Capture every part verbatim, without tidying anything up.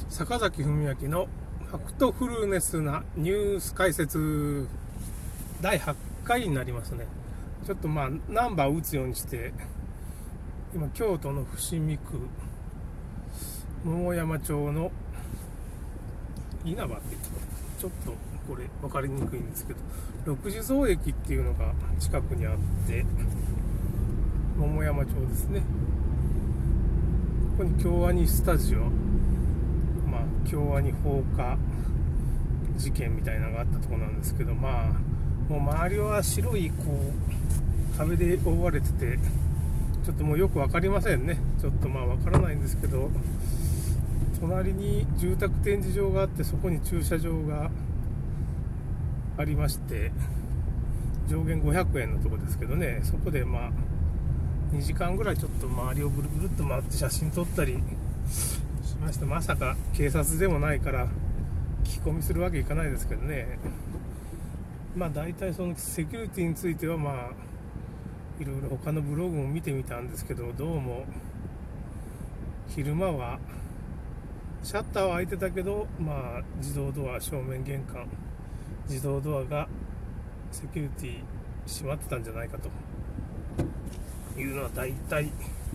坂崎文明のファクトフルネスなニュース解説だいはちかいになりますね。ちょっとまあナンバーを打つようにして今京都の伏見区桃山町の稲葉っていうところ、ちょっとこれ分かりにくいんですけど六地蔵駅っていうのが近くにあって桃山町ですね。ここに京アニスタジオ、まあ京アニ放火事件みたいなのがあったところなんですけど、まあもう周りは白いこう壁で覆われててちょっともうよく分かりませんね。ちょっとまあ分からないんですけど、隣に住宅展示場があってそこに駐車場がありまして、上限ごひゃくえんのとこですけどね、そこでまあにじかんぐらいちょっと周りをぐるぐるっと回って写真撮ったりしました。まさか警察でもないから聞き込みするわけいかないですけどね。まあ大体そのセキュリティについてはまあいろいろ他のブログも見てみたんですけど、どうも昼間はシャッターは開いてたけど、まあ自動ドア、正面玄関自動ドアがセキュリティ閉まってたんじゃないかというのは大体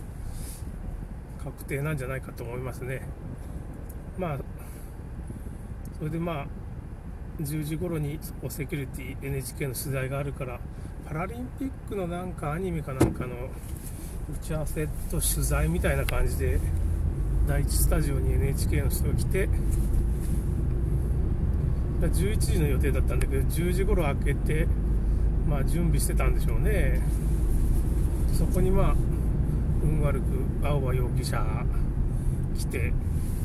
確定なんじゃないかと思いますね。まあそれでまあじゅうじ頃にセキュリティ エヌエイチケー の取材があるからパラリンピックのなんかアニメかなんかの打ち合わせと取材みたいな感じでだいいちスタジオに エヌエイチケー の人が来て、じゅういちじの予定だったんだけどじゅうじ頃開けてまあ準備してたんでしょうね。そこにまあ運悪く青葉容疑者が来て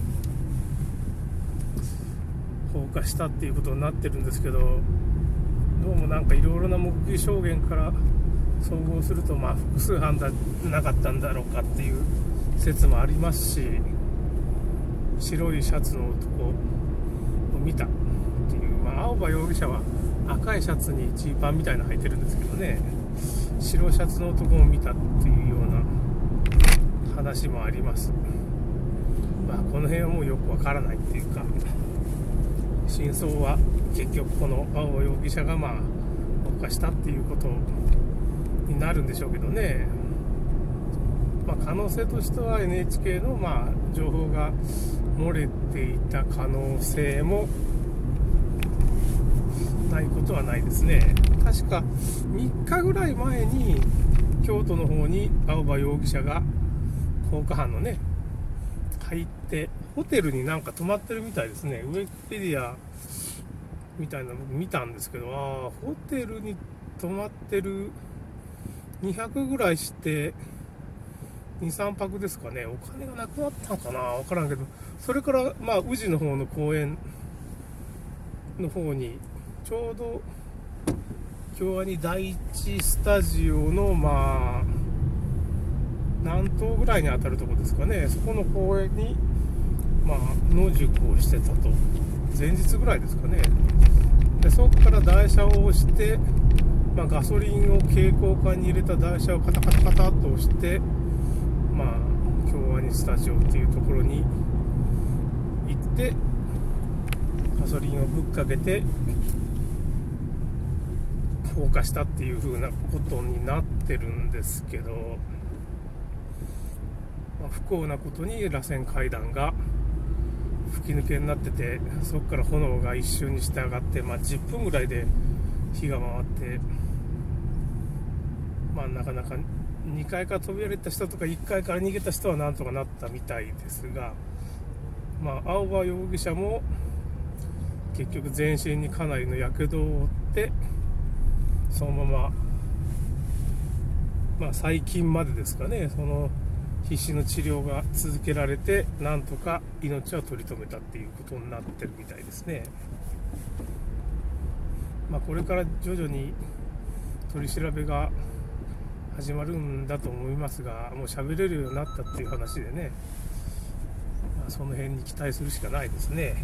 放火したっていうことになってるんですけど、どうもなんかいろいろな目撃証言から総合するとまあ複数犯だなかったんだろうかっていう説もありますし、白いシャツの男を見たっていう、まあ、青葉容疑者は赤いシャツにジーパンみたいなの履いてるんですけどね、白シャツの男を見たっていうような話もあります。まあこの辺はもうよくわからないっていうか、真相は結局この青葉容疑者がまあ放火したっていうことになるんでしょうけどね。まあ、可能性としては エヌエイチケー のまあ情報が漏れていた可能性もないことはないですね。確かみっかぐらい前に京都の方に青葉容疑者が放火犯のね入ってホテルになんか泊まってるみたいですね。ウィキペディアみたいなの見たんですけど、あホテルに泊まってるにひゃくぐらいしてにさんぱくですかね。お金がなくなったのかな分からんけど、それからまあ宇治の方の公園の方にちょうど京アニだいいちスタジオのまあ南東ぐらいに当たるところですかね、そこの公園にまあ野宿をしてたと、前日ぐらいですかね。でそこから台車を押して、まあ、ガソリンを携行缶に入れた台車をカタカタカタっと押して、まあ京アニスタジオっていうところに行ってガソリンをぶっかけて放火したっていう風なことになってるんですけど、まあ、不幸なことに螺旋階段が吹き抜けになってて、そこから炎が一瞬にして上がって、まあ、じゅっぷんぐらいで火が回って、まあ、なかなかにかいから飛び降りた人とかいっかいから逃げた人はなんとかなったみたいですが、まあ、青葉容疑者も結局全身にかなりのやけどを負ってそのまま、まあ、最近までですかね、その必死の治療が続けられてなんとか命は取り留めたっていうことになってるみたいですね。まあ、これから徐々に取り調べが始まるんだと思いますが、もう喋れるようになったっていう話でね、まあ、その辺に期待するしかないですね。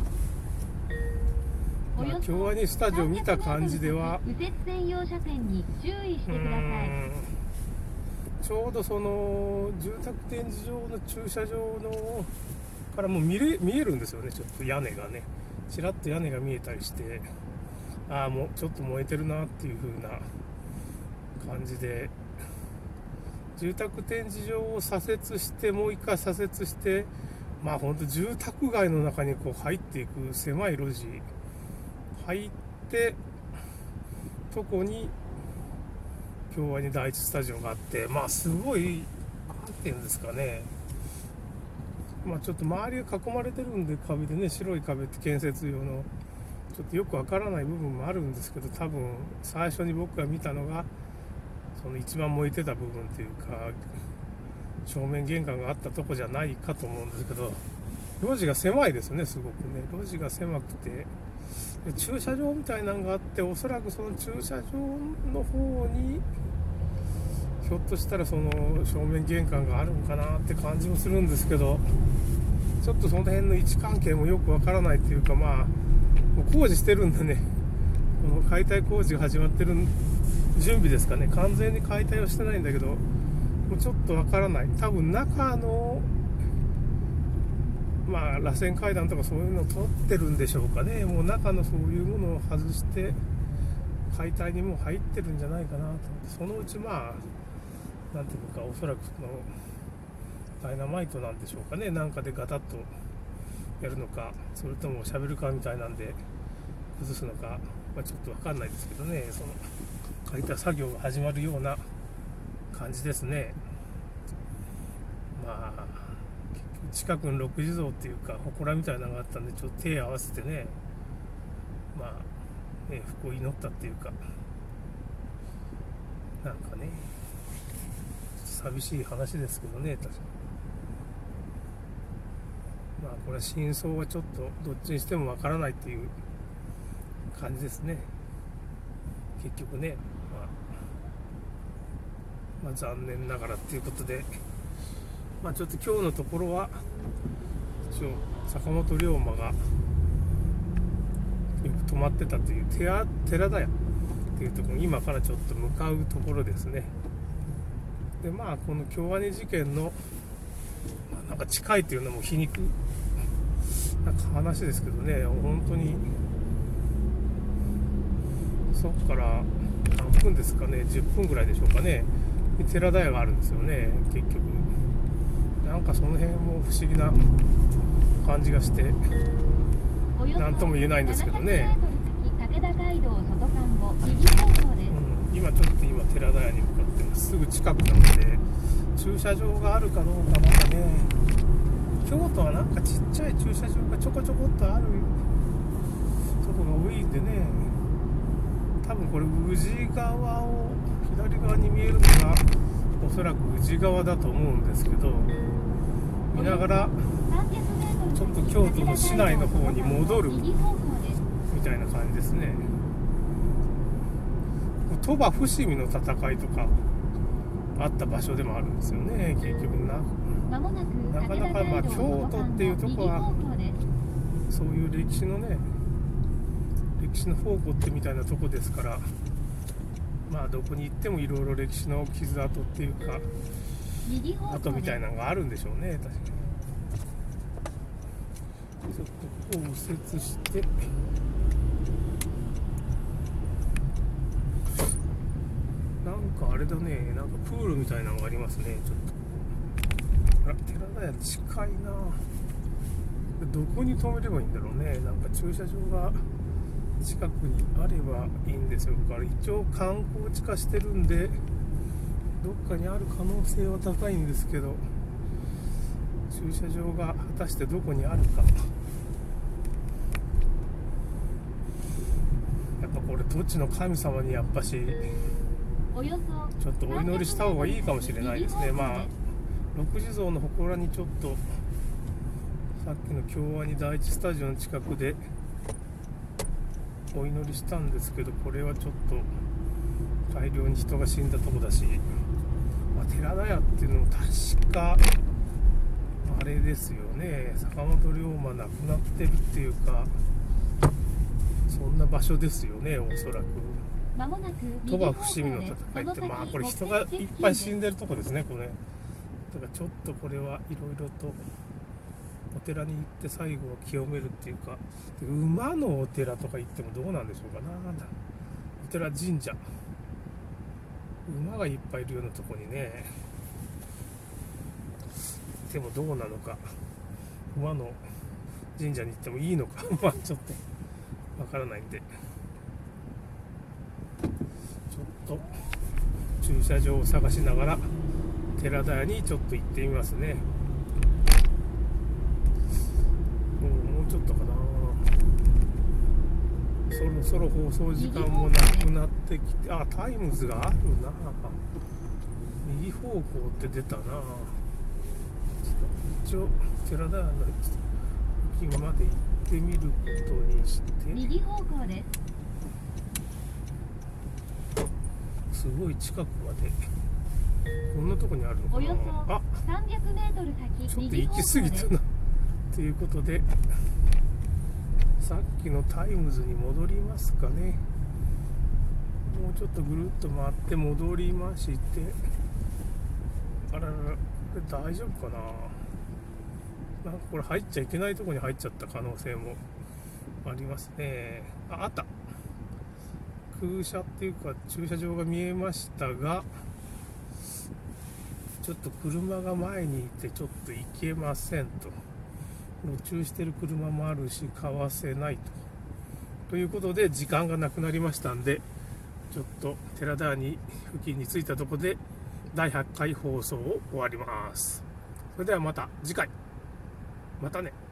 まあ、京アニスタジオ見た感じでは右折専用車線に注意してください。 ちょうどその住宅展示場の駐車場のからもう見れ見えるんですよね。ちょっと屋根がね、ちらっと屋根が見えたりして、ああもうちょっと燃えてるなっていう風な感じで、住宅展示場を左折してもう一回左折して、まあ本当住宅街の中にこう入っていく狭い路地入ってとこに京アニ第一スタジオがあって、まあすごいなんていうんですかね、まあちょっと周りが囲まれてるんで壁でね、白い壁って建設用のちょっとよくわからない部分もあるんですけど、多分最初に僕が見たのがその一番燃えてた部分というか正面玄関があったとこじゃないかと思うんですけど、路地が狭いですね。すごくね路地が狭くて、で駐車場みたいなのがあって、おそらくその駐車場の方にひょっとしたらその正面玄関があるんかなって感じもするんですけど、ちょっとその辺の位置関係もよくわからないっていうか、まあもう工事してるんでね、この解体工事が始まってる準備ですかね。完全に解体はしてないんだけど、もうちょっとわからない。多分中のまあ螺旋階段とかそういうのを取ってるんでしょうかね。もう中のそういうものを外して解体にもう入ってるんじゃないかなと思って、そのうちまあなんていうか、おそらくそのダイナマイトなんでしょうかね、なんかでガタッとやるのか、それともシャベルカーみたいなんで崩すのか、まあ、ちょっと分かんないですけどね、その解体作業が始まるような感じですね。まあ近くに六地蔵っていうか祠みたいなのがあったんで、ちょっと手を合わせてね、まあね福を祈ったっていうか、なんかね寂しい話ですけどね。確かにまあこれは真相はちょっとどっちにしてもわからないっていう感じですね、結局ね。まあ、まあ残念ながらっていうことで、まあちょっと今日のところは一応坂本龍馬がよく泊まってたという寺寺田屋っていうところに今からちょっと向かうところですね。でまあこの京アニ事件の、まあ、なんか近いっていうのも皮肉なんか話ですけどね、本当にそこから何分ですかね、じゅっぷんぐらいでしょうかね、寺田屋があるんですよね。結局なんかその辺も不思議な感じがして何とも言えないんですけどね。うん、今ちょっと今寺田屋に向かってすぐ近くなので駐車場があるかどうかまだね、京都はなんかちっちゃい駐車場がちょこちょこっとあるとこが多いんでね、多分これ宇治川を左側に見えるのがおそらく宇治川だと思うんですけど、見ながらちょっと京都の市内の方に戻るみたいな感じですね。鳥羽伏見の戦いとかあった場所でもあるんですよね。結局ななかなかまあ京都っていうとこはそういう歴史のね歴史の宝庫ってみたいなとこですから、まあどこに行ってもいろいろ歴史の傷跡っていうか跡みたいなのがあるんでしょうね。確かにちょっとここを右折してなんかあれだね、なんかプールみたいなのがありますね。ちょっとあら寺田屋近いな。どこに止めればいいんだろうね。なんか駐車場が近くにあればいいんですよ。だから一応観光地化してるんでどっかにある可能性は高いんですけど、駐車場が果たしてどこにあるか。やっぱこれどっちの神様にやっぱしちょっとお祈りした方がいいかもしれないですね。まあ六地蔵の祠にちょっとさっきの京アニ第一スタジオの近くでお祈りしたんですけど、これはちょっと大量に人が死んだとこだし、まあ、寺田屋っていうのも確かあれですよね、坂本龍馬亡くなってるっていうかそんな場所ですよね、おそらく。鳥羽伏見の戦いって、まあこれ人がいっぱい死んでるとこですね、これ。だからちょっとこれはいろいろとお寺に行って最後は清めるっていうか、馬のお寺とか行ってもどうなんでしょうかな。お寺神社、馬がいっぱいいるようなとこにね、でもどうなのか、馬の神社に行ってもいいのかまあちょっとわからないんで、ちょっと駐車場を探しながら寺田屋にちょっと行ってみますね。もう、もうちょっとかな。そろそろ放送時間もなくなってきて、あ、タイムズがあるな。右方向って出たな。一応寺田屋の付近まで行ってみることにして。 右方向です。 すごい近くまでこんなとこにあるのかな。 およそあ、 さんびゃくメートル先、 ちょっと行き過ぎたなということで、さっきのタイムズに戻りますかね。もうちょっとぐるっと回って戻りまして、あららら、これ大丈夫かな。なんかこれ入っちゃいけないとこに入っちゃった可能性もありますね。あ、あった。空車っていうか駐車場が見えましたが、ちょっと車が前にいてちょっと行けませんと。路駐してる車もあるしかわせないと。ということで時間がなくなりましたんで、ちょっと寺田に付近に着いたところでだいはちかい放送を終わります。それではまた次回。またね。